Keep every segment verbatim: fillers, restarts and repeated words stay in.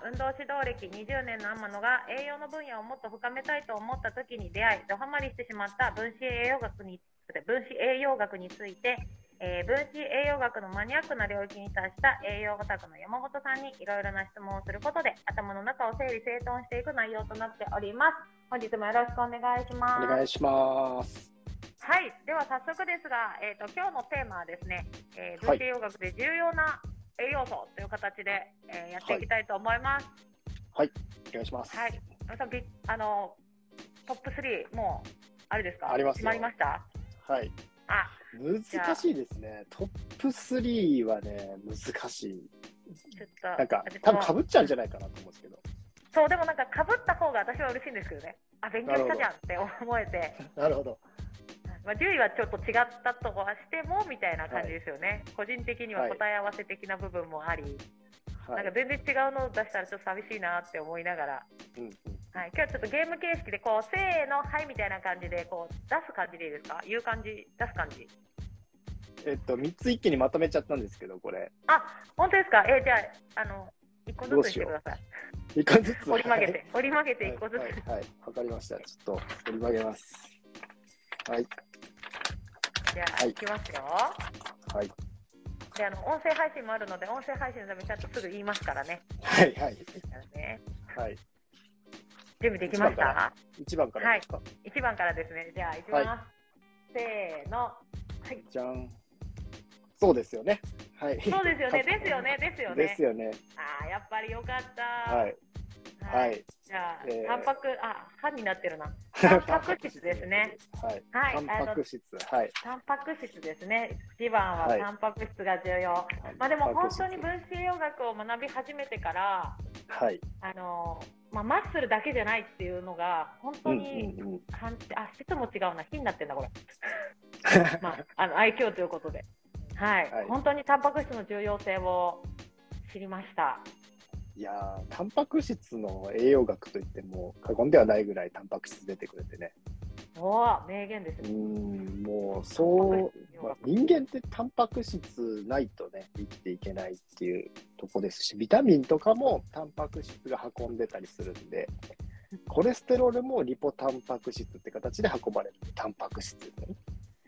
運動指導歴にじゅうねんの天野が栄養の分野をもっと深めたいと思った時に出会い、ドハマりしてしまった分子栄養学に分子栄養学について、えー、分子栄養学のマニアックな領域に達した栄養オタクの山本さんにいろいろな質問をすることで頭の中を整理整頓していく内容となっております。本日もよろしくお願いします。 お願いします。 はい、では早速ですが、えーと、今日のテーマはですね、えー、分子栄養学で重要な栄養素という形で、えー、やっていきたいと思います。 はい、はい、お願いします。 はい、あのトップスリーもうあれですか？ ありますよ。 決まりました？ はい。 あ、 難しいですね。トップスリーはね、難しい。 ちょっとなんか多分かぶっちゃうんじゃないかなと思うんですけど。 そう、でもなんかかぶった方が私は嬉しいんですけどね。あ、勉強したじゃんって思えて。 なるほど。 まあ、じゅういはちょっと違ったとこはしてもみたいな感じですよね。はい、個人的には答え合わせ的な部分もあり、はい、なんか全然違うのを出したらちょっと寂しいなって思いながら、うんうん、はい、今日はちょっとゲーム形式でこうせーのはいみたいな感じでこう出す感じでいいですか？言う感じ、出す感じ。 えっとみっつ一気にまとめちゃったんですけど、これ。 あ、本当ですか？えー、じゃああのいっこずつにしてください。 いっこずつ。 折り曲げて、折り曲げていっこずつ。 はい、はい、はい、わかりました。ちょっと折り曲げます。はい。 じゃあ、はい、いきますよ。はい。で、あの音声配信もあるので、音声配信のためにちゃんとすぐ言いますからね。 はいはい。 ね、 はい。 準備できました？ いちばんからですか？ はい。いちばんからですね。じゃあ、いきます。はい、せーの。はい。 じゃん。そうですよね。はい。 そうですよね。ですよね。ですよね。 ですよね。 ああ、やっぱりよかった。 はい。はい。 じゃあ、えー、タンパク、あ、歯になってるな。タンパク質ですね。 はい。 はい。 タンパク質。はい。 タンパク質ですね。いちばんはタンパク質が重要。はい、まあでも本当に分子栄養学を学び始めてから、はい。あの、まあマッスルだけじゃないっていうのが本当に感じ、あ、質も違うな。火になってんだこれ。まああの愛嬌ということで、はい。はい、本当にタンパク質の重要性を知りました。 いやー、タンパク質の栄養学といっても過言ではないぐらいタンパク質出てくれてね。 おー、名言ですね。 うん、もうそう、まあ、人間ってタンパク質ないとね生きていけないっていうとこですし、ビタミンとかもタンパク質が運んでたりするんで、コレステロールもリポタンパク質って形で運ばれるタンパク質ですね。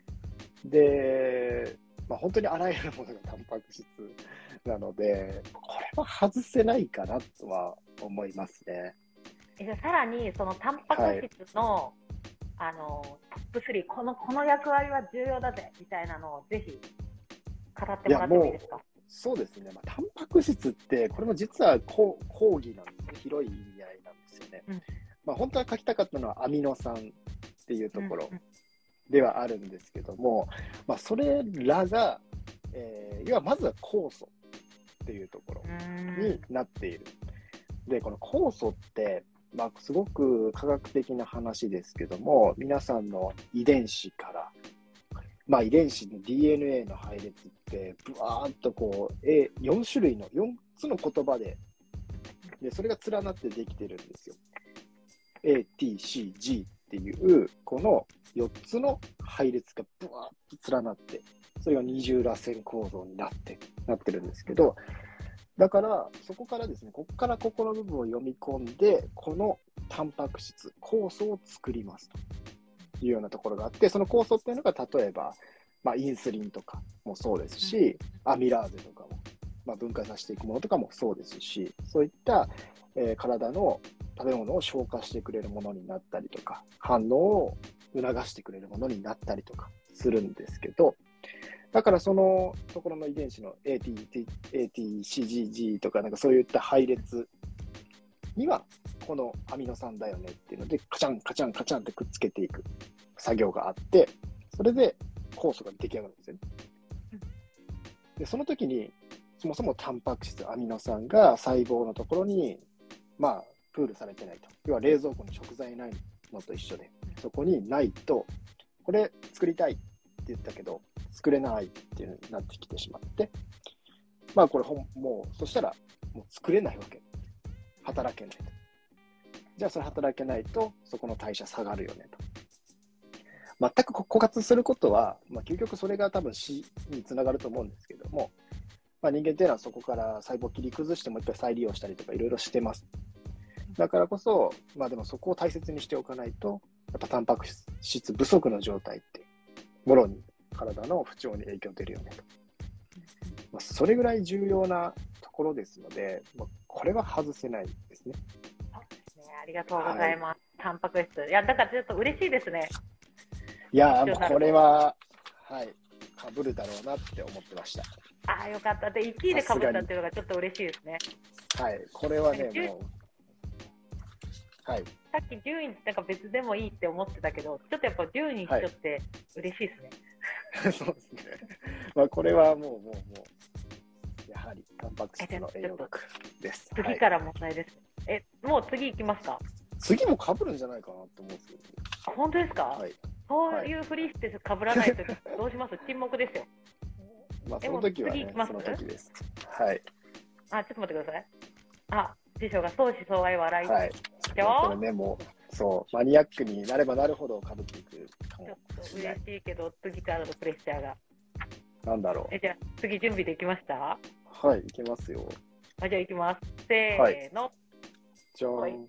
で、まあ、本当にあらゆるものがタンパク質なので、これは外せないかなとは思いますね。 じゃあさらにそのタンパク質の、はい、あのトップスリー、このこの役割は重要だぜみたいなのをぜひ語ってもらってもいいですか？ そうですね、まあ、タンパク質ってこれも実は講義なんですね。広い意味合いなんですよね。うん、まあ、本当は書きたかったのはアミノ酸っていうところではあるんですけども、うんうん、まあ、それらが、えー、要はまずは酵素っていうところになっている。で、この酵素って、まあ、すごく科学的な話ですけども、皆さんの遺伝子から、まあ、遺伝子の ディーエヌエー の配列ってぶわーっとこう、えよん種類のよっつの言葉で、でそれが連なってできてるんですよ。A、T、C、G っていうこのよっつの配列がぶわーっと連なって、それが二重らせん構造になってなってるんですけど、だからそこからですね、ここからここの部分を読み込んで、このタンパク質、酵素を作りますというようなところがあって、その酵素っていうのが例えば、まあ、インスリンとかもそうですし、アミラーゼとかも、まあ、分解させていくものとかもそうですし、そういった、えー、体の食べ物を消化してくれるものになったりとか、反応を促してくれるものになったりとかするんですけど、だからそのところの遺伝子の エーティー、エーティー、シージージー とかなんかそういった配列にはこのアミノ酸だよねっていうのでカチャンカチャンカチャンってくっつけていく作業があって、それで酵素が出来上がるんですよね。でその時にそもそもタンパク質、アミノ酸が細胞のところにまあプールされてないと、要は冷蔵庫に食材ないのと一緒で、そこにないとこれ作りたいって言ったけど作れないっていうのになってきてしまって、まあこれほんもうそしたらもう作れないわけ、働けないと。じゃあそれ働けないとそこの代謝下がるよねと。全く枯渇することは、まあ、究極それが多分死につながると思うんですけども、 まあ、人間っていうのはそこから細胞を切り崩してもう一回再利用したりとかいろいろしてます。だからこそ、まあでもそこを大切にしておかないと、やっぱタンパク質不足の状態って、もろに体の不調に影響出るよねと。まあ、それぐらい重要なところですので、まあ、これは外せないですね。 そうですね。ありがとうございます。はい、タンパク質。いや、だからちょっと嬉しいですね。 いや、これは、はい、かぶるだろうなって思ってました。 ああ、よかった。で、いちいでかぶったっていうのがちょっと嬉しいですね。 はい、これはね、もう。はい、 さっきじゅういなんか別でもいいって思ってたけど、ちょっとやっぱじゅうにしちゃって嬉しいですね。 はい、そうですね。まあこれはもう、もう、もう、やはりタンパク質の栄養学です。 次から問題です、はい。え、もう次いきますか？ 次もかぶるんじゃないかなと思うんですけど。 本当ですか？はい。そういうふりしてかぶらないとどうします？沈黙ですよ。 まあその時はね、その時です。はい。 あ、ちょっと待ってください。あ、師匠が相思相愛笑い。 はい。これね、もう、そう、マニアックになればなるほどかぶっていくかも。 ちょっと嬉しいけど、次からのプレッシャーが。 なんだろう。 え、じゃあ、次準備できました？ はい、いけますよ。 あ、じゃあ、いきます。せーの。はい、 じゃーん。わー、よか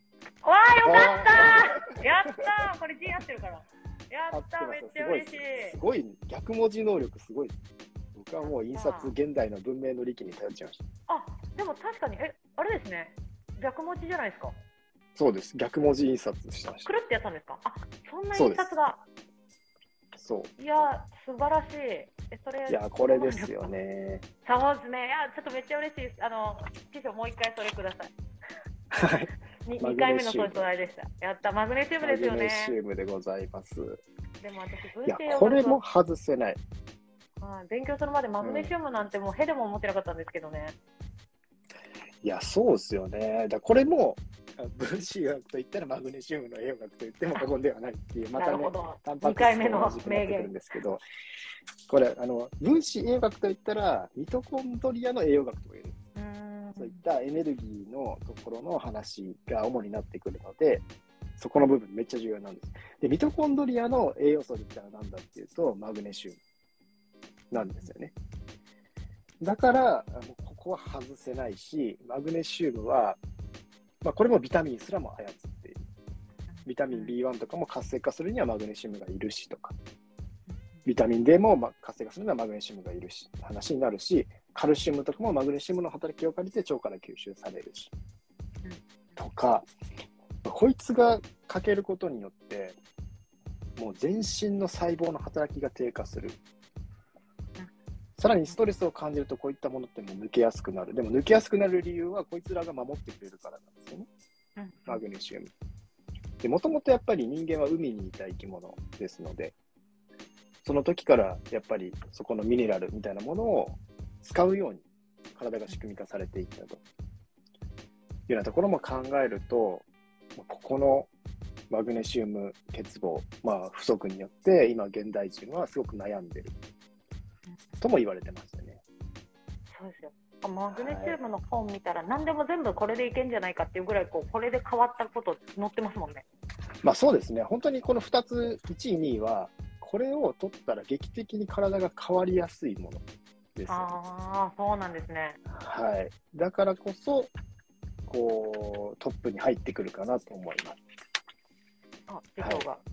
ったやったーこれ字合ってるから。やったーめっちゃ嬉しい。 すごい、逆文字能力すごいです。僕はもう印刷、現代の文明の利器に頼っちゃいました。 あ、でも確かに、え、あれですね。逆文字じゃないですか。 そうです。逆文字印刷してました。 くるってやったんですか？あ、そんな印刷が。 そう。 いや、素晴らしい。え、それ。 いや、これですよね。 そうですね。いや、ちょっとめっちゃ嬉しいです。あの、師匠もう一回それください。はい。にかいめの相談でした。やった、マグネシウムですよね。 マグネシウムでございます。 でも私、 文系いや、これも外せない。 はい、勉強するまでマグネシウムなんてもうへでも思ってなかったんですけどね。 うん、いや、そうですよね。だこれも分子学といったらマグネシウムの栄養学と言っても過言ではないっていう、またね、タンパク質と同じくなってくるんですけど、これあの、分子栄養学といったらミトコンドリアの栄養学と言える。そういったエネルギーのところの話が主になってくるので、そこの部分めっちゃ重要なんです。で、ミトコンドリアの栄養素で言ったら何だっていうと、マグネシウムなんですよね。だから、ここは外せないし、マグネシウムは、まあ、これもビタミンすらも操っている。ビタミン ビーワン とかも活性化するにはマグネシウムがいるしとか、ビタミン D も活性化するにはマグネシウムがいるし、話になるし、カルシウムとかもマグネシウムの働きを借りて腸から吸収されるし、うん、とか、こいつが欠けることによって、もう全身の細胞の働きが低下する。さらにストレスを感じるとこういったものってもう抜けやすくなる。でも抜けやすくなる理由はこいつらが守ってくれるからなんですよね。うん、マグネシウム。で、もともとやっぱり人間は海にいた生き物ですので、その時からやっぱりそこのミネラルみたいなものを使うように体が仕組み化されていったというようなところも考えると、ここのマグネシウム欠乏、まあ、不足によって今現代人はすごく悩んでるとも言われてますよね。 そうですよ。マグネシウムの本見たら、はい、何でも全部これでいけんじゃないかっていうぐらいこうこれで変わったこと載ってますもんね。 まあそうですね。本当にこのふたつ、いちい、にいはこれを取ったら劇的に体が変わりやすいものです。 ああ、そうなんですね。 はい。だからこそ、こう、トップに入ってくるかなと思います。 あ、師匠が、はい、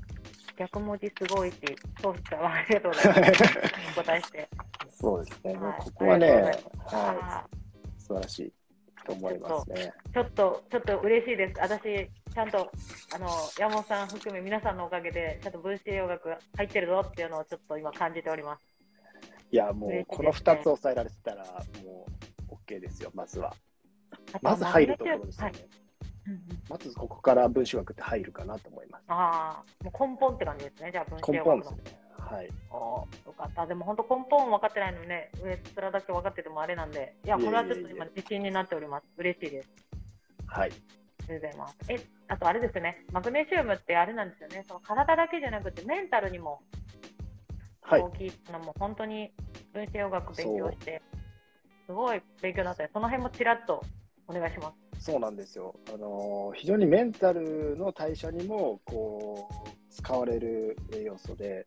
逆文字すごいって、そうしたらありがとうございます。お答えして。 そうですね。はい、ここはね、はい、素晴らしいと思いますね。 ちょっと、ちょっと嬉しいです。私、ちゃんと、あの、山本さん含め皆さんのおかげで、ちゃんと分子栄養学入ってるぞっていうのをちょっと今感じております。 いや、もう、このふたつ抑えられてたら、もう、OK ですよ、まずは。まず入るところですよね。はい、うんうん、まずここから分子学って入るかなと思います。 ああ、もう根本って感じですね、じゃあ分子栄養学の。根本ですね。 はい。 ああ、よかった。でも本当根本分かってないのね、上っ面だけ分かっててもあれなんで、いや、これはちょっと今自信になっております。嬉しいです。 はい。 ありがとうございます。え、あとあれですね、マグネシウムってあれなんですよね、その体だけじゃなくてメンタルにも大きいのも本当に分子栄養学勉強して、すごい勉強になったので、その辺もちらっとお願いします。 そうなんですよ。あの非常にメンタルの代謝にもこう使われる栄養素で、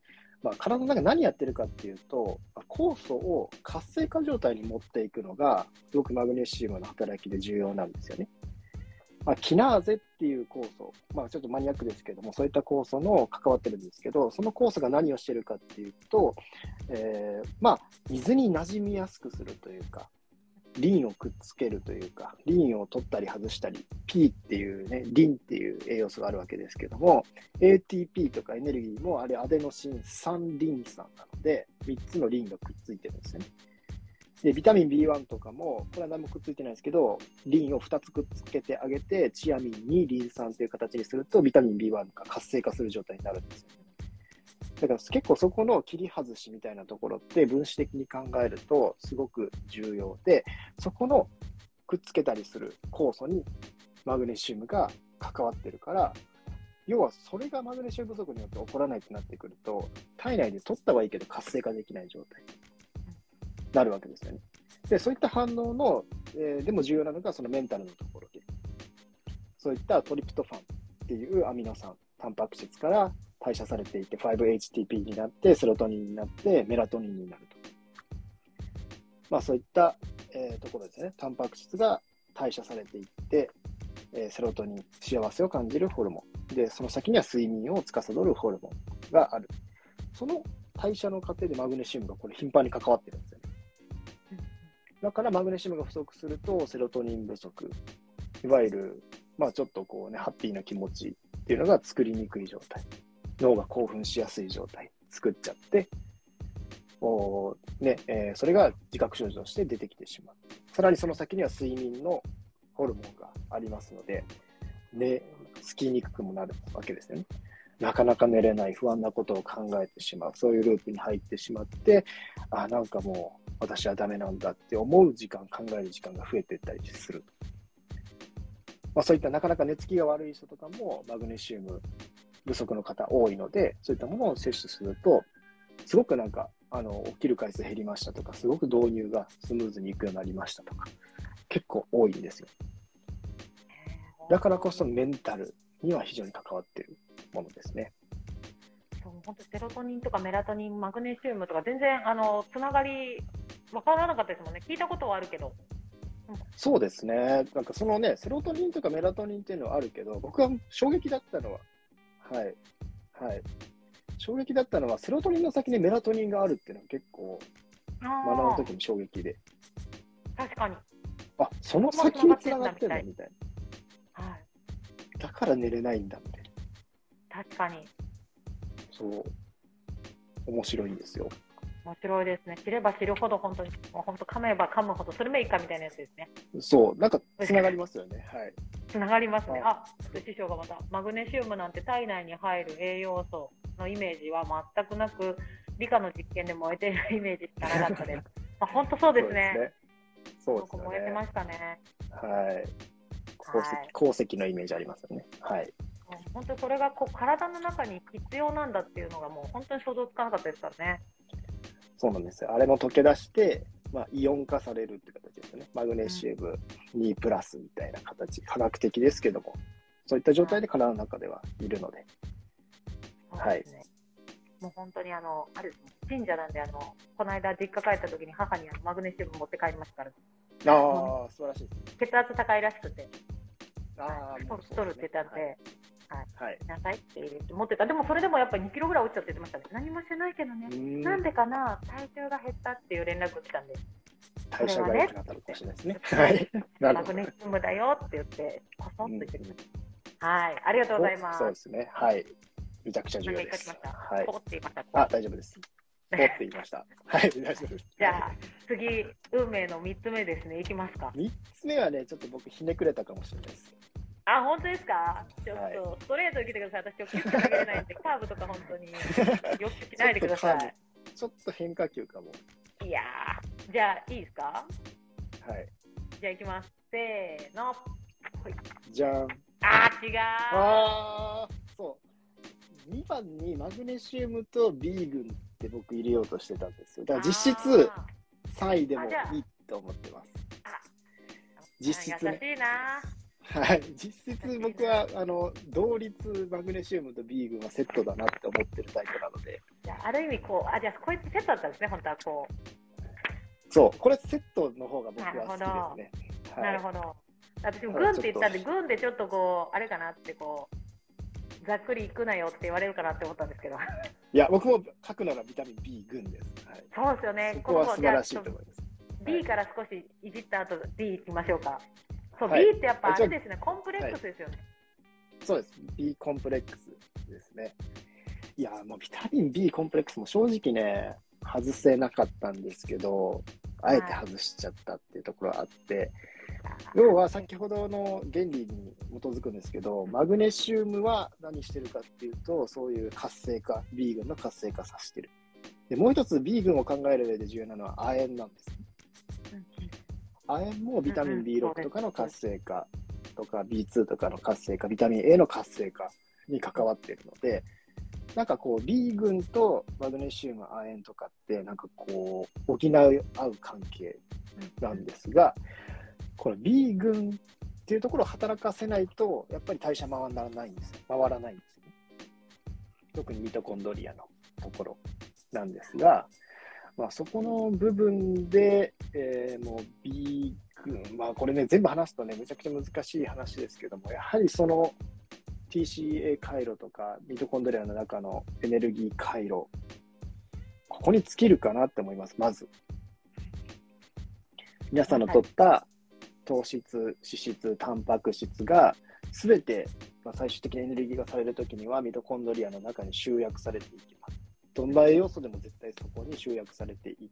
まあ、体の中で何やってるかっていうと、酵素を活性化状態に持っていくのが、すごくマグネシウムの働きで重要なんですよね。まあ、キナーゼっていう酵素、まあ、ちょっとマニアックですけども、そういった酵素の関わってるんですけど、その酵素が何をしてるかっていうと、えー、まあ、水に馴染みやすくするというか、リンをくっつけるというか、リンを取ったり外したり、P っていうね、リンっていう栄養素があるわけですけども、エーティーピー とかエネルギーもあれアデノシンさんリン酸なので、みっつのリンがくっついてるんですよね。で、ビタミン ビーワン とかも、これは何もくっついてないですけど、リンをふたつくっつけてあげて、チアミンにリン酸という形にすると、ビタミン ビーワン が活性化する状態になるんですよね。だから結構そこの切り外しみたいなところって分子的に考えるとすごく重要で、そこのくっつけたりする酵素にマグネシウムが関わってるから、要はそれがマグネシウム不足によって起こらないとなってくると、体内で取ったはいいけど活性化できない状態になるわけですよね。で、そういった反応の、えー、でも重要なのがそのメンタルのところで、そういったトリプトファンっていうアミノ酸、タンパク質から代謝されていて ファイブエイチティーピー になってセロトニンになってメラトニンになると、まあ、そういった、えー、ところですね。タンパク質が代謝されていって、えー、セロトニン、幸せを感じるホルモンで、その先には睡眠を司るホルモンがある。その代謝の過程でマグネシウムがこれ頻繁に関わってるんですよね。だからマグネシウムが不足するとセロトニン不足、いわゆる、まあ、ちょっとこうねハッピーな気持ちっていうのが作りにくい状態、脳が興奮しやすい状態作っちゃって、おねえー、それが自覚症状として出てきてしまう。さらにその先には睡眠のホルモンがありますので、ね、つきにくくもなるわけですよね。なかなか寝れない、不安なことを考えてしまう、そういうループに入ってしまって、あ、なんかもう私はダメなんだって思う時間、考える時間が増えていったりする。まあ、そういったなかなか寝つきが悪い人とかもマグネシウム不足の方多いので、そういったものを摂取すると、すごくなんか、あの、起きる回数減りましたとか、すごく導入がスムーズにいくようになりましたとか、結構多いんですよ。だからこそメンタルには非常に関わっているものですね。 そう本当セロトニンとかメラトニン、マグネシウムとか全然あのつながり分からなかったですもんね。聞いたことはあるけど。 うん、そうですね。なんかそのね、セロトニンとかメラトニンっていうのはあるけど、僕は衝撃だったのは、はい、はい。衝撃だったのは、セロトニンの先にメラトニンがあるっていうのは結構、学ぶときに衝撃で。 確かに。 あ、その先に繋がってんだみたいな。 はい。 だから寝れないんだみたいな。確かに。 そう。面白いんですよ。 面白いですね。知れば知るほど本当に、もう本当噛めば噛むほどスルメイカみたいなやつですね。 そう、なんか繋がりますよね。はい。 繋がりますね。あ、師匠がまたマグネシウムなんて体内に入る栄養素のイメージは全くなく、理科の実験で燃えているイメージしかなかったです。まあ、本当そうですね。 そうですね。 燃えてましたね。 はい。鉱石、はい、鉱石のイメージありますよね。はい。 本当にそれがこう体の中に必要なんだっていうのがもう本当に想像つかなかったですからね。 そうなんですよ。あれも溶け出して、まあ、イオン化されるって形ですよね。マグネシウムにプラスみたいな形、科学的ですけども、そういった状態で体の中ではいるので。 はい。そうですね。もう本当にあの、ある信者なんで、あの、この間実家帰った時に母にあのマグネシウム持って帰りましたから。 ああ、素晴らしいです。 血圧高いらしくて。 ああ、 もう太るって言ったんで、はいはい。 なさいって言って持ってた。でもそれでもやっぱりにキロぐらい落ちたって言ってましたね。何もしてないけどね。なんでかな、体重が減ったっていう連絡が来たんで。 代謝が良くなったのかもしれないですね。はい。 マグネシウムだよって言って、こそっと言ってきました。はい。ありがとうございます。 そうですね。はい。めちゃくちゃ重要です。 はい。ポって言いました。 あ、大丈夫です。ポって言いました。はい、大丈夫です。 じゃあ、次、運命のみっつめですね。いきますか。 みっつめはね、ちょっと僕ひねくれたかもしれないです。 あ、本当ですか？ちょっとストレートで来てください。私、今日キュッと投げれないんで、カーブとか本当に、よくしないでください。 ちょっと変化球かも。 いやー、じゃあ、いいですか？ はい。 じゃあ、いきます。せーの。 じゃん。 あー、違う。 あー、そう。にばんにマグネシウムと B 群って僕入れようとしてたんですよ。だから実質さんいでもいいと思ってます。 あ実質ね。 優しいな。 はい、実質僕はあの同率マグネシウムと B 群はセットだなって思ってるタイプなので。 じゃあ、ある意味こう、あ、じゃあこいつセットだったんですね、本当はこう。 そう、これセットの方が僕は好きですね。 なるほど。はい、なるほど。私も軍って言ったんで、軍でちょっとこう、あれかなってこう、ざっくりいくなよって言われるかなって思ったんですけど。 いや、僕も書くならビタミン B 群です。はい、 そうですよね。 そこは素晴らしいと思います。 B から少しいじった後、D いきましょうか。そう、はい、B ってやっぱあれですね、コンプレックスですよね。 はい、そうです。B コンプレックスですね。いや、もうビタミン B コンプレックスも正直ね、外せなかったんですけど、あえて外しちゃったっていうところがあって、はい、要は先ほどの原理に基づくんですけど、マグネシウムは何してるかっていうと、そういう活性化、B 群の活性化させてる。で、もう一つ B 群を考える上で重要なのは亜鉛なんです。亜鉛もビタミン ビーろく とかの活性化とか ビーツー とかの活性化、ビタミン A の活性化に関わっているので、なんかこう B 群とマグネシウム、亜鉛とかってなんかこう補い合う関係なんですが、この B 群っていうところを働かせないとやっぱり代謝回らないんですよ。回らないんですよね。特にミトコンドリアのところなんですが、まあ、そこの部分で、えー、もう B 群、まあこれね全部話すとねめちゃくちゃ難しい話ですけども、やはりその ティーシーエー 回路とかミトコンドリアの中のエネルギー回路、ここに尽きるかなって思います。まず皆さんの取った糖質、脂質、タンパク質が全て、まあ、最終的にエネルギーがされるときにはミトコンドリアの中に集約されていきます。どんな栄養素でも絶対そこに集約されていって、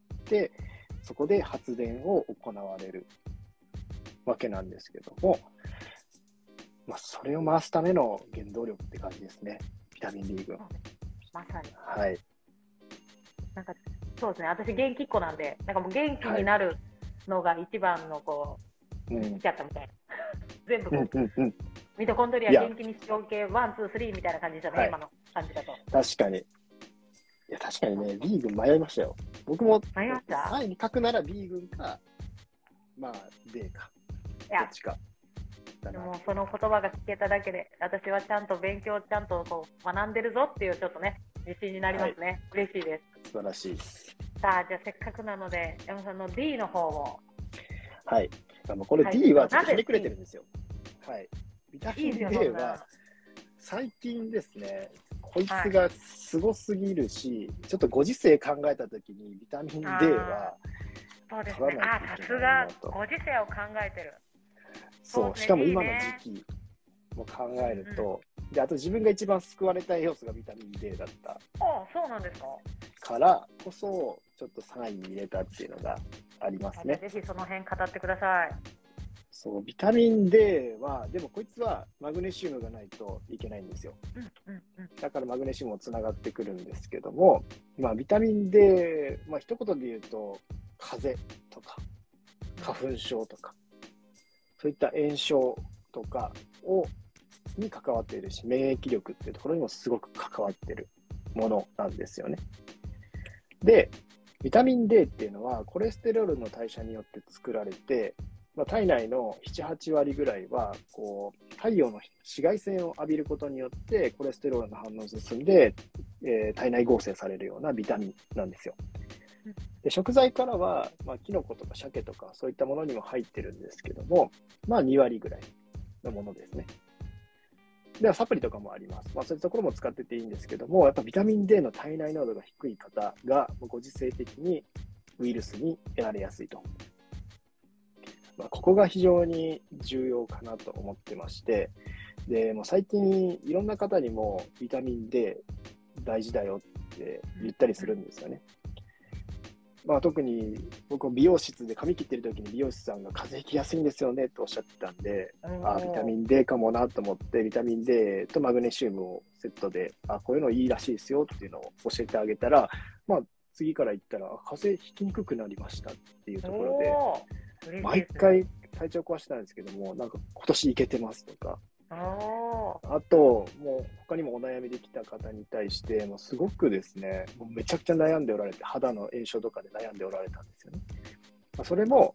そこで発電を行われるわけなんですけども、まあ、それを回すための原動力って感じですね、ビタミン B 群。 まさに。 はい。なんかそうですね、私元気っ子なんで、なんかもう元気になるのが一番のこう、はい、来ちゃったみたいな。全部こう、うんうんうん、ミトコンドリア元気にしよう系、ワン、ツー、スリーみたいな感じですよね、はい、今の感じだと。 確かに。いや、確かにね、B 群迷いましたよ。僕も、 迷いました。 前に書くなら B 群か、まあ、D か。どっちか。 でもその言葉が聞けただけで、私はちゃんと勉強、ちゃんとこう学んでるぞっていうちょっとね、自信になりますね。はい、嬉しいです。 素晴らしいです。 さあ、じゃあせっかくなので、山さんの D の方を。 はい。これ D はちょっとひねくれてるんですよ。はい。ビタミン D は最近ですね、こいつがすごすぎるし、はい、ちょっとご時世考えたときにビタミン D はそうですね。あ、さすがご時世を考えてる。 そう、しかも今の時期も考えると、うんうん、であと自分が一番救われた要素がビタミン D だった。 ああ、そうなんですか。 からこそ、ちょっとさんいに入れたっていうのがありますね。 ぜひその辺語ってください。 そう、ビタミン D は、でもこいつはマグネシウムがないといけないんですよ。うんうんうん、だからマグネシウムもつながってくるんですけども、まあ、ビタミン D、まあ一言で言うと、風邪とか花粉症とか、そういった炎症とかをに関わっているし、免疫力っていうところにもすごく関わっているものなんですよね。で、ビタミン D っていうのはコレステロールの代謝によって作られて、まあ、体内のなな、はちわりぐらいはこう太陽の紫外線を浴びることによってコレステロールの反応が進んで、えー、体内合成されるようなビタミンなんですよ。で、食材からは、まあ、キノコとか鮭とかそういったものにも入ってるんですけども、まあにわりぐらいのものですね。ではサプリとかもあります。まあそういうところも使ってていいんですけども、やっぱビタミン D の体内濃度が低い方がご時世的にウイルスにやられやすいと。まあ、ここが非常に重要かなと思ってまして、でもう最近いろんな方にもビタミン D 大事だよって言ったりするんですよね。まあ、特に僕美容室で髪切ってる時に美容師さんが風邪ひきやすいんですよねとおっしゃってたんで、あビタミン D かもなと思ってビタミン D とマグネシウムをセットであこういうのいいらしいですよっていうのを教えてあげたら、まあ、次から言ったら風邪ひきにくくなりましたっていうところで毎回体調壊してたんですけどもなんか今年いけてますとかあと、もう他にもお悩みできた方に対して、もうすごくですね、もうめちゃくちゃ悩んでおられて、肌の炎症とかで悩んでおられたんですよね。それも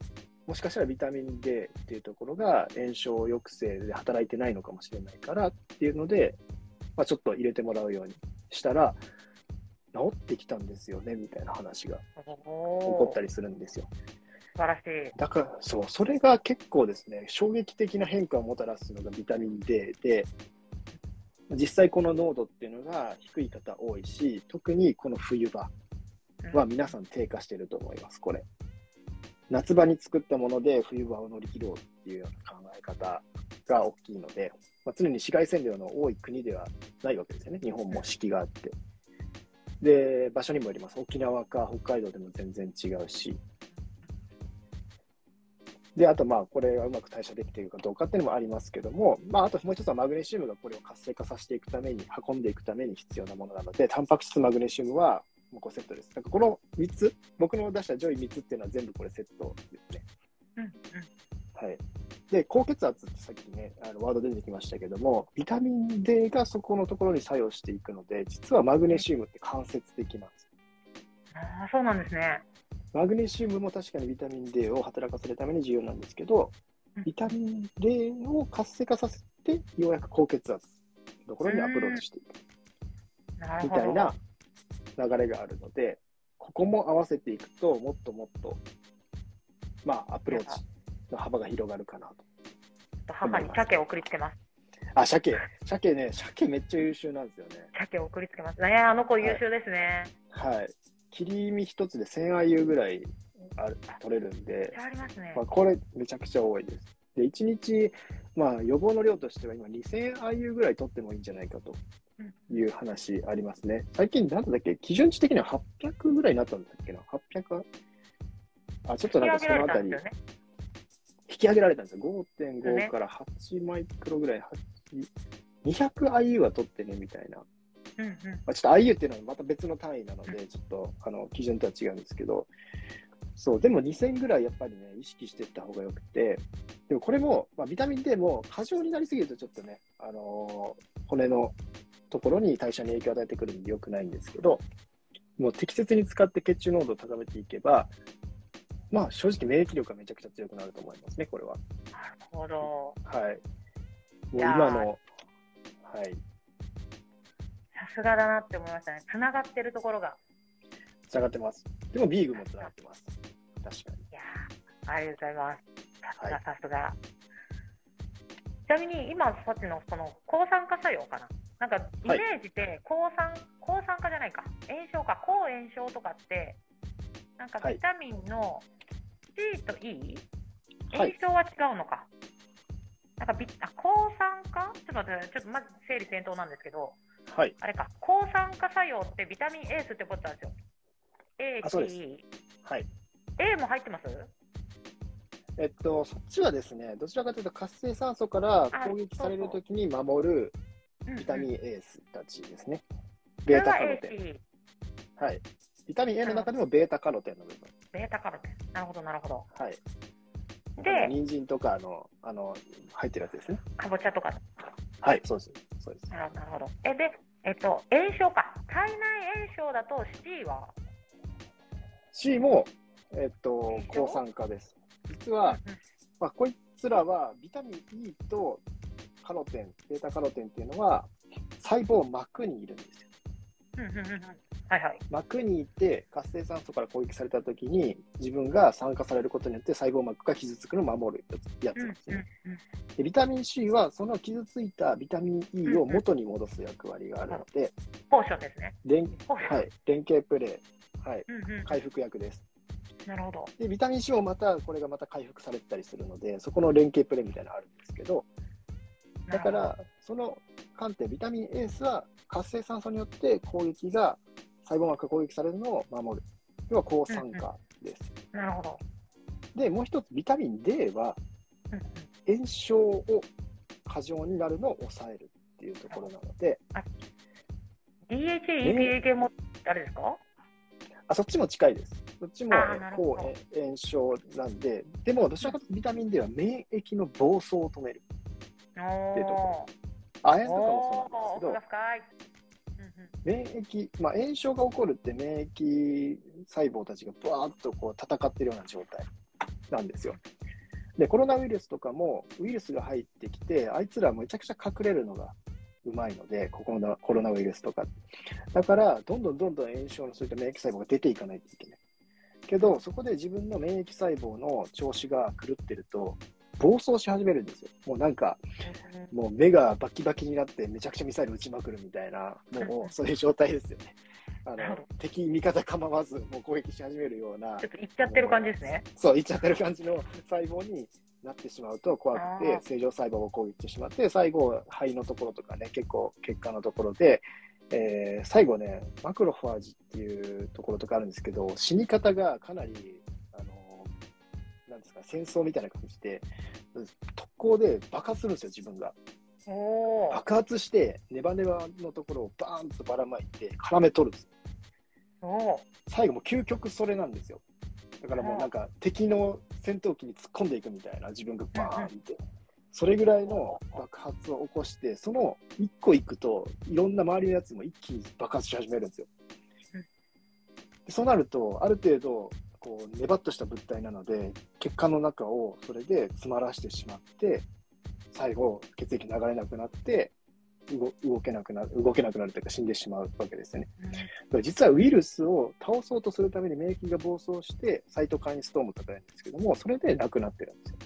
もしかしたらビタミン D っていうところが炎症抑制で働いてないのかもしれないからっていうので、まあ、ちょっと入れてもらうようにしたら治ってきたんですよねみたいな話が起こったりするんですよ。 素晴らしい。 だからそう、それが結構ですね、衝撃的な変化をもたらすのがビタミン D で、実際この濃度っていうのが低い方多いし、特にこの冬場は皆さん低下していると思います、これ。夏場に作ったもので冬場を乗り切ろうっていうような考え方が大きいので、まあ、常に紫外線量の多い国ではないわけですよね。日本も四季があって。で、場所にもよります。沖縄か北海道でも全然違うし。で、あとまあこれがうまく代謝できているかどうかっていうのもありますけども、まああともう一つはマグネシウムがこれを活性化させていくために、運んでいくために必要なものなので、タンパク質、マグネシウムはもうこれセットです。なんかこのみっつ、僕の出した上位みっつっていうのは全部これセットですね。 うんうん、 はい。で、高血圧ってさっきね、あのワード出てきましたけども、ビタミン D がそこのところに作用していくので、実はマグネシウムって間接的なんです。 ああ、そうなんですね。 マグネシウムも確かにビタミン D を働かせるために重要なんですけど、ビタミン D を活性化させて、ようやく高血圧のところにアプローチしていく。みたいな流れがあるので、ここも合わせていくと、もっともっと、まあ、アプローチの幅が広がるかなと。 母に鮭を送りつけます。 あ、鮭。鮭ね、鮭めっちゃ優秀なんですよね。 鮭を送りつけますね。あの子優秀ですね。 はい。はい、切り身一つでせんアイユーぐらいある取れるんで、 ありますね。 まあ、これめちゃくちゃ多いです。で、いちにち、まあ、予防の量としては今にせんアイユーぐらい取ってもいいんじゃないかという話ありますね。最近、なんだっけ、基準値的にははっぴゃくぐらいになったんだっけな。はっぴゃく? あ、ちょっとなんかそのあたり、引き上げられたんですよ。ごてんご からはちマイクロぐらい、にひゃくアイユー は取ってねみたいな。 うんうん、 まあ、ちょっと アイユー っていうのはまた別の単位なので、ちょっとあの基準とは違うんですけど、そう、でもにせんぐらいやっぱりね、意識していった方がよくて、でもこれも、まあ、ビタミン D も過剰になりすぎるとちょっとね、あのー、骨のところに代謝に影響を与えてくるんで良くないんですけど、もう適切に使って血中濃度を高めていけば、まあ正直免疫力がめちゃくちゃ強くなると思いますね、これは。 なるほど。 はい。もう今の、はい。 さすがだなって思いましたね。つながってるところが。 つながってます。でもビーグもつながってます。確かに。 いやー、ありがとうございます。さすが、さすが。ちなみに今さっきのその抗酸化作用かな。なんかイメージで抗酸、はい、抗酸化じゃないか。炎症か。抗炎症とかって、なんかビタミンの C と E、はい、炎症は違うのか。なんかビあ抗酸化ちょっと待って、ちょっとまず整理整頓なんですけど、 はい、 あれか、抗酸化作用ってビタミン A ってことなんですよ。A、 あ、そうです。はい。 A も入ってます？ えっと、そっちはですね、どちらかというと活性酸素から攻撃されるときに守るビタミン A たちですね。うんうん、ベータカロテン。はい。ビタミン A の中でもベータカロテンの部分。 ベータカロテン。なるほど、なるほど。 はい。 で、 人参とかあのあの入ってるやつですね。 かぼちゃとか。 はい、そうです。そうです。 なるほど。え、で、えっと、炎症か。体内炎症だと C は ?C も、えっと、抗酸化です。実は、うんうん、まあ、こいつらはビタミン E とカロテン、ベータカロテンっていうのは細胞膜にいるんですよ。 うんうんうん、はいはい。 膜にいて活性酸素から攻撃されたときに自分が酸化されることによって細胞膜が傷つくのを守るやつなんですね。うんうんうん、でビタミン C はその傷ついたビタミン E を元に戻す役割があるので、 ポーションですね。 連、はい、連携プレー、はい、 うんうん、 回復薬です。 なるほど。 でビタミン C もまたこれがまた回復されたりするので、そこの連携プレーみたいなのがあるんですけど、だからその観点ビタミン A は活性酸素によって攻撃が細胞膜が攻撃されるのを守る。要は抗酸化です。 うんうん、なるほど。 で、もう一つ、ビタミン D は、炎症を過剰になるのを抑えるっていうところなので。 ディーエイチエー、イーピーエー 系もあれですか？ あ、そっちも近いです。そっちも抗炎症なんで、でもどちらかというとビタミン D は免疫の暴走を止めるっていうところ。亜鉛とかもそうなんですけど、免疫、まあ、炎症が起こるって免疫細胞たちがブワーッとこう戦ってるような状態なんですよ。 で、コロナウイルスとかも、ウイルスが入ってきて、あいつらめちゃくちゃ隠れるのがうまいので、ここのコロナウイルスとか。だから、どんどんどんどん炎症のそういった免疫細胞が出ていかないといけない。けど、そこで自分の免疫細胞の調子が狂ってると、暴走し始めるんですよ。もうなんか、もう目がバキバキになってめちゃくちゃミサイル撃ちまくるみたいな、もうそういう状態ですよね。あの敵、味方構わず、もう攻撃し始めるような。 ちょっといっちゃってる感じですね。 そう、いっちゃってる感じの細胞になってしまうと怖くて、正常細胞を攻撃してしまって、最後、肺のところとかね、結構血管のところで、えー、最後ね、マクロファージっていうところとかあるんですけど、死に方がかなり、あの、なんですか、戦争みたいな感じで、特攻で爆発するんですよ、自分が。 お爆発して、ネバネバのところをバーンとばらまいて、絡め取るんですよ。 お最後も究極それなんですよ。だからもうなんか敵の戦闘機に突っ込んでいくみたいな、自分がバーンって。それぐらいの爆発を起こして、その一個行くと、いろんな周りのやつも一気に爆発し始めるんですよ。そうなると、ある程度、こう、ネバッとした物体なので、血管の中をそれで詰まらしてしまって、最後、血液流れなくなって、動, 動けなくなる、動けなくなるというか死んでしまうわけですよね。だから実はウイルスを倒そうとするために免疫が暴走して、サイトカインストームとか言うんですけども、それでなくなってるんですよ。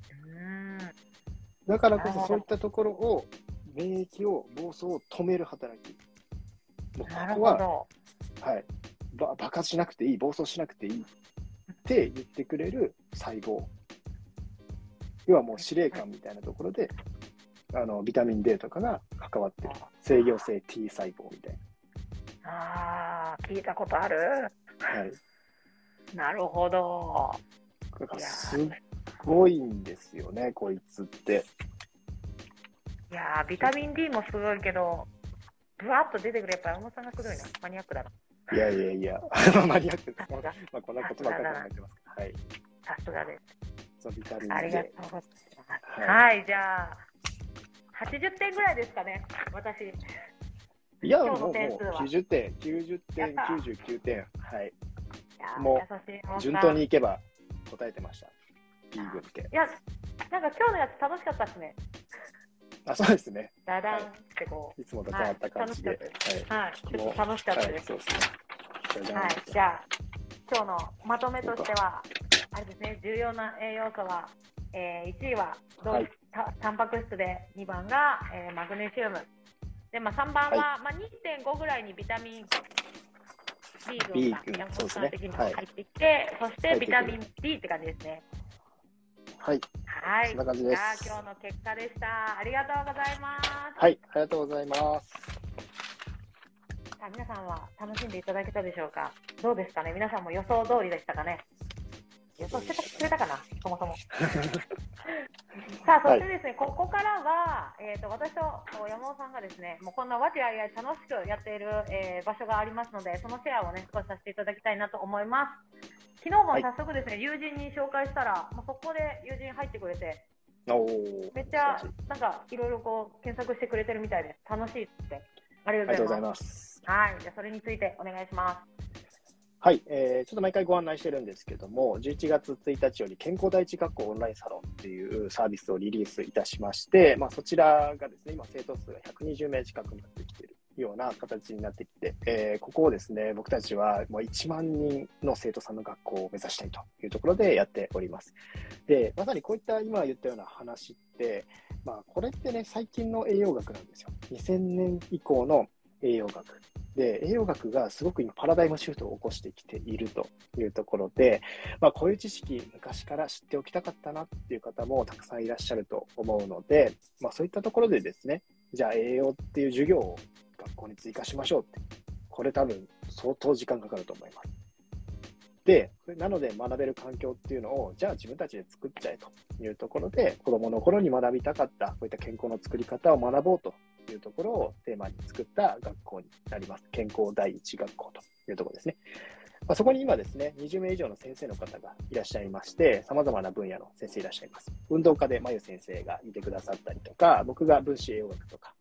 だからこそそういったところを、免疫を暴走を止める働き。もうここは、はい、爆発しなくていい、暴走しなくていいって言ってくれる細胞。要はもう司令官みたいなところで、あのビタミン D とかが関わってる。制御性 T 細胞みたいな。ああ、聞いたことある。 はい。 なるほど。 だからすっごいんですよね、こいつって。 いやー、ビタミン D もすごいけど、ぶわっと出てくる、やっぱり山本さんがすごいな。マニアックだな。 いやいやいや、マニアックです。まあ、こんなことばっかり考えてます。はい。 さすがです。 そう、ビタミン D。 ありがとうございます。はい、はい、じゃあ、はちじゅってんぐらいですかね、私。 いや、もう、もうきゅうじゅってん、きゅうじゅってん、きゅうじゅうきゅうてん。はい。もう、順当にいけば答えてました。B 群って。 いや、なんか今日のやつ楽しかったですね。 あ、そうですね。 ダダンってこう。 いつもと変わった感じで。はい。 はい。ちょっと楽しかったです。 そうですね。 はい。じゃあ、今日のまとめとしては、あれですね、重要な栄養素は、えー、いちいはどう、はい、たタンパク質で、にばんが、えー、マグネシウム。で、まあ、さんばんは、はい、まあ、にてんご ぐらいにビタミン B 群が山本さん的に入ってきて、そしてビタミン D って感じですね。 はい。 はい。 そんな感じです。 じゃあ、今日の結果でした。ありがとうございます。 はい、ありがとうございます。 さあ、皆さんは楽しんでいただけたでしょうか。どうですかね。皆さんも予想通りでしたかね。予想してくれたかな、そもそも。さあ、そしてですね、はい、ここからは、えーと、私と山本さんがですね、もうこんな和気あいあい楽しくやっている、えー、場所がありますので、そのシェアをね、少しさせていただきたいなと思います。昨日も早速ですね、はい、友人に紹介したら、もうそこで友人入ってくれて、 おめっちゃなんかいろいろこう検索してくれてるみたいです。楽しいって。ありがとうございます。はい、じゃあそれについてお願いします。 はい、えー、ちょっと毎回ご案内してるんですけども、じゅういちがつついたちより健康第一学校オンラインサロンっていうサービスをリリースいたしまして、まあ、そちらがですね、今生徒数がひゃくにじゅうめい近くになってきているような形になってきて、えー、ここをですね、僕たちはもういちまんにんの生徒さんの学校を目指したいというところでやっております。で、まさにこういった今言ったような話って、まあ、これってね、最近の栄養学なんですよ。にせんねん以降の栄養学。で、栄養学がすごく今パラダイムシフトを起こしてきているというところで、まあ、こういう知識昔から知っておきたかったなっていう方もたくさんいらっしゃると思うので、まあ、そういったところでですね、じゃあ栄養っていう授業を学校に追加しましょうって、これ多分相当時間かかると思います。で、なので学べる環境っていうのを、じゃあ自分たちで作っちゃえというところで、子供の頃に学びたかったこういった健康の作り方を学ぼうというところをテーマに作った学校になります。健康第一学校というところですね。まあ、そこに今ですね、にじゅうめい以上の先生の方がいらっしゃいまして、様々な分野の先生いらっしゃいます。運動科でまゆ先生がいてくださったりとか、僕が分子栄養学とか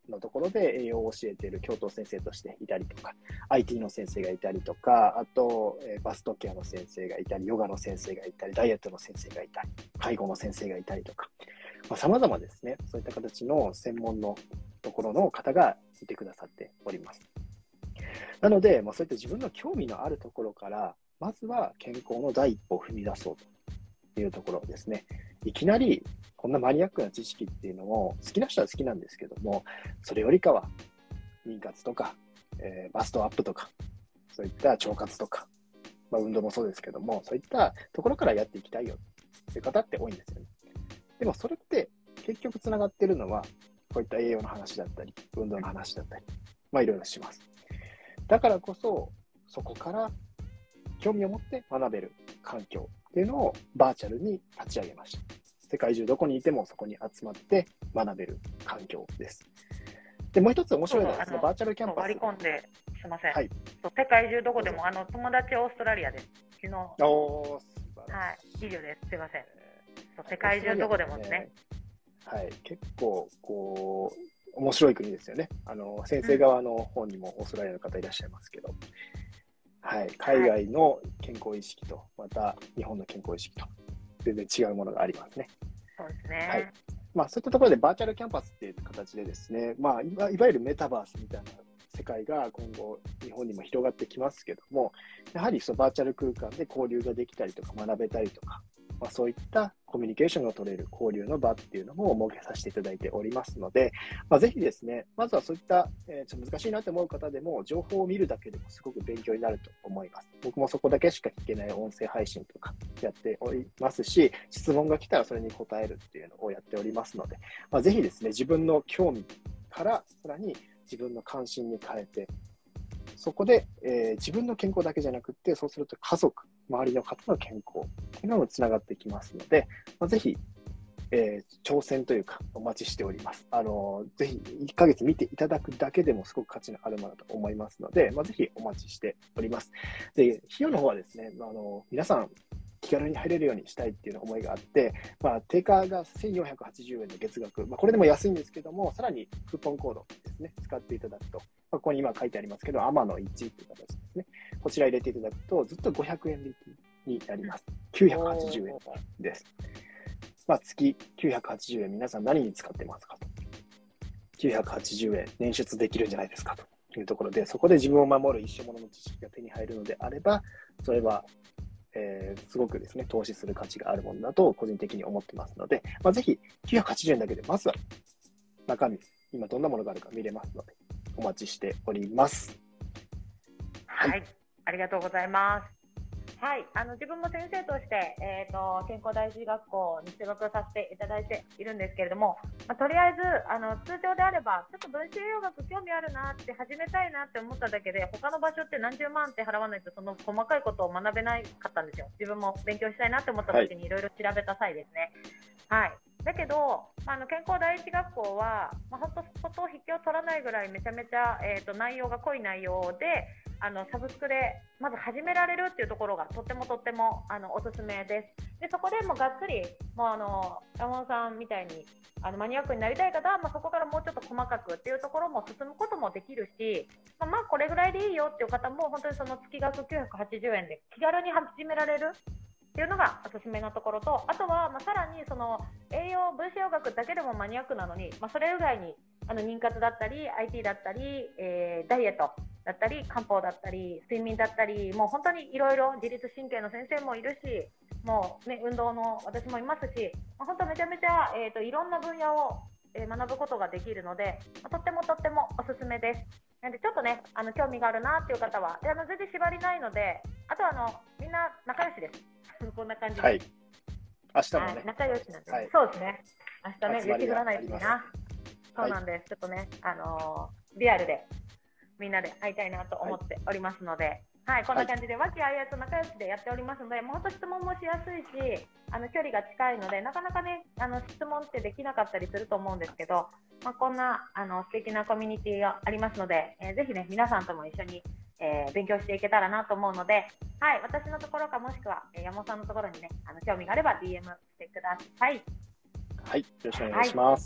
のところで栄養を教えている教頭先生としていたりとか、アイティー の先生がいたりとか、あと、えー、バストケアの先生がいたり、ヨガの先生がいたり、ダイエットの先生がいたり、介護の先生がいたりとか、まあ、様々ですね、そういった形の専門のところの方がいてくださっております。なので、まあ、そういった自分の興味のあるところから、まずは健康の第一歩を踏み出そうというところですね。いきなりこんなマニアックな知識っていうのも好きな人は好きなんですけども、それよりかは妊活とか、えー、バストアップとか、そういった腸活とか、まあ、運動もそうですけども、そういったところからやっていきたいよっていう方って多いんですよね。でもそれって結局つながってるのは、こういった栄養の話だったり、運動の話だったり、まあいろいろします。だからこそ、そこから興味を持って学べる環境っていうのをバーチャルに立ち上げました。世界中どこにいてもそこに集まって学べる環境です。で、もう一つ面白いのはですね、バーチャルキャンパス。 割り込んで、すみません。 はい。 そう、世界中どこでも、あの、友達オーストラリアです。昨日。 おー、素晴らしい。 はい、以上です。すみません。そう、世界中どこでもですね。 はい、結構、こう、面白い国ですよね。あの、先生側の方にもオーストラリアの方いらっしゃいますけど、うん、はい、海外の健康意識と、また日本の健康意識と、全然違うものがありますね。 そうですね。 はい。まあ、そういったところでバーチャルキャンパスっていう形でですね、まあ、いわ、いわゆるメタバースみたいな世界が今後日本にも広がってきますけども、やはりそのバーチャル空間で交流ができたりとか学べたりとか、まあ、そういったコミュニケーションが取れる交流の場っていうのも設けさせていただいておりますので、まあ、ぜひですね、まずはそういった、えー、ちょっと難しいなと思う方でも、情報を見るだけでもすごく勉強になると思います。僕もそこだけしか聞けない音声配信とかやっておりますし、質問が来たらそれに答えるっていうのをやっておりますので、まあ、ぜひですね、自分の興味からさらに自分の関心に変えて、そこで、えー、自分の健康だけじゃなくて、そうすると家族、周りの方の健康っていうのもつながってきますので、まあ、ぜひ、えー、挑戦というかお待ちしております。あのー、ぜひいっかげつ見ていただくだけでもすごく価値のあるものだと思いますので、まあ、ぜひお待ちしております。で、費用の方はですね、あのー、皆さん気軽に入れるようにしたいっていう思いがあって、まあ、定価がせんよんひゃくはちじゅうえんの月額、まあ、これでも安いんですけども、さらにクーポンコードですね、使っていただくと、まあ、ここに今書いてありますけど、アマのいちという形ですね。こちら入れていただくと、ずっとごひゃくえん引きになります。きゅうひゃくはちじゅうえんです。まあ、月きゅうひゃくはちじゅうえん、皆さん何に使ってますかと。きゅうひゃくはちじゅうえん、捻出できるんじゃないですかというところで、そこで自分を守る一生ものの知識が手に入るのであれば、それは、えー、すごくですね、投資する価値があるものだと個人的に思ってますので、まあ、ぜひきゅうひゃくはちじゅうえんだけで、まずは中身、今どんなものがあるか見れますので、お待ちしております。 はい、はい、ありがとうございます。はい、あの自分も先生として、えーと、健康第一学校に就学させていただいているんですけれども、まあ、とりあえずあの通常であればちょっと分子栄養学興味あるなって始めたいなって思っただけで、他の場所って何十万って払わないとその細かいことを学べなかったんですよ。自分も勉強したいなって思った時にいろいろ調べた際ですね。はい、はい、だけど、まあ、あの健康第一学校は、まあ、本当相当引けを取らないぐらいめちゃめちゃ、えーと、内容が濃い内容で、あのサブスクでまず始められるっていうところがとってもとってもあのおすすめです。でそこでもうがっつりもうあの山本さんみたいにあのマニアックになりたい方は、まあ、そこからもうちょっと細かくっていうところも進むこともできるし、まあ、まあこれぐらいでいいよっていう方も本当にその月額きゅうひゃくはちじゅうえんで気軽に始められるっていうのがおすすめなところと、あとはまあさらにその栄養分子栄養学だけでもマニアックなのに、まあ、それ以外にあの妊活だったり アイティー だったり、えー、ダイエットだったり漢方だったり睡眠だったり、もう本当にいろいろ自律神経の先生もいるし、もう、ね、運動の私もいますし、まあ、本当めちゃめちゃ、えーと、いろんな分野を、えー、学ぶことができるので、まあ、とってもとってもおすすめです。なのでちょっとねあの興味があるなっていう方はあの全然縛りないので、あとはあのみんな仲良しですこんな感じで、はい、 明日もね、 はい、仲良しなんで、 はい、 そうですね、明日ね雪降らないしな、そうなんです、はい、ちょっとね、あのー、リアルでみんなで会いたいなと思っておりますので、はい、はい、こんな感じで和気あいあいと仲良しでやっておりますので、もう本当質問もしやすいし、あの距離が近いのでなかなかねあの質問ってできなかったりすると思うんですけど、まあ、こんなあの素敵なコミュニティがありますので、えー、ぜひね皆さんとも一緒に、えー、勉強していけたらなと思うので、はい、私のところかもしくは、えー、山本さんのところにねあの興味があれば ディーエム してください。 はい、よろしくお願いします。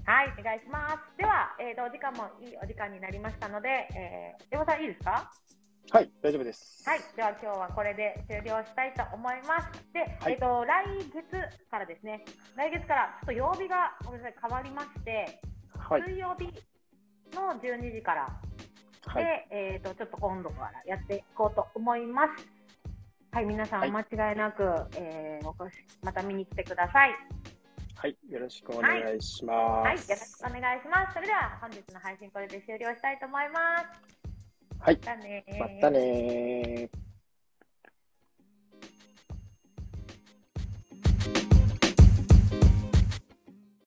はい、お願いします。では、えーと、お時間もいいお時間になりましたので、えー、山本さんいいですか？ はい、大丈夫です。 はい、では今日はこれで終了したいと思います。で、 はい、 えっと、来月からですね、来月からちょっと曜日がごめんなさい変わりまして、はい、水曜日のじゅうにじから、はい、で、えっと、ちょっと今度からやっていこうと思います。はい、皆さんお間違いなく、はい、えー、お越し、また見に来てください。 はい、よろしくお願いします。 はい、はい、よろしくお願いします。それでは本日の配信これで終了したいと思います。 はい、 またねー。 またねー。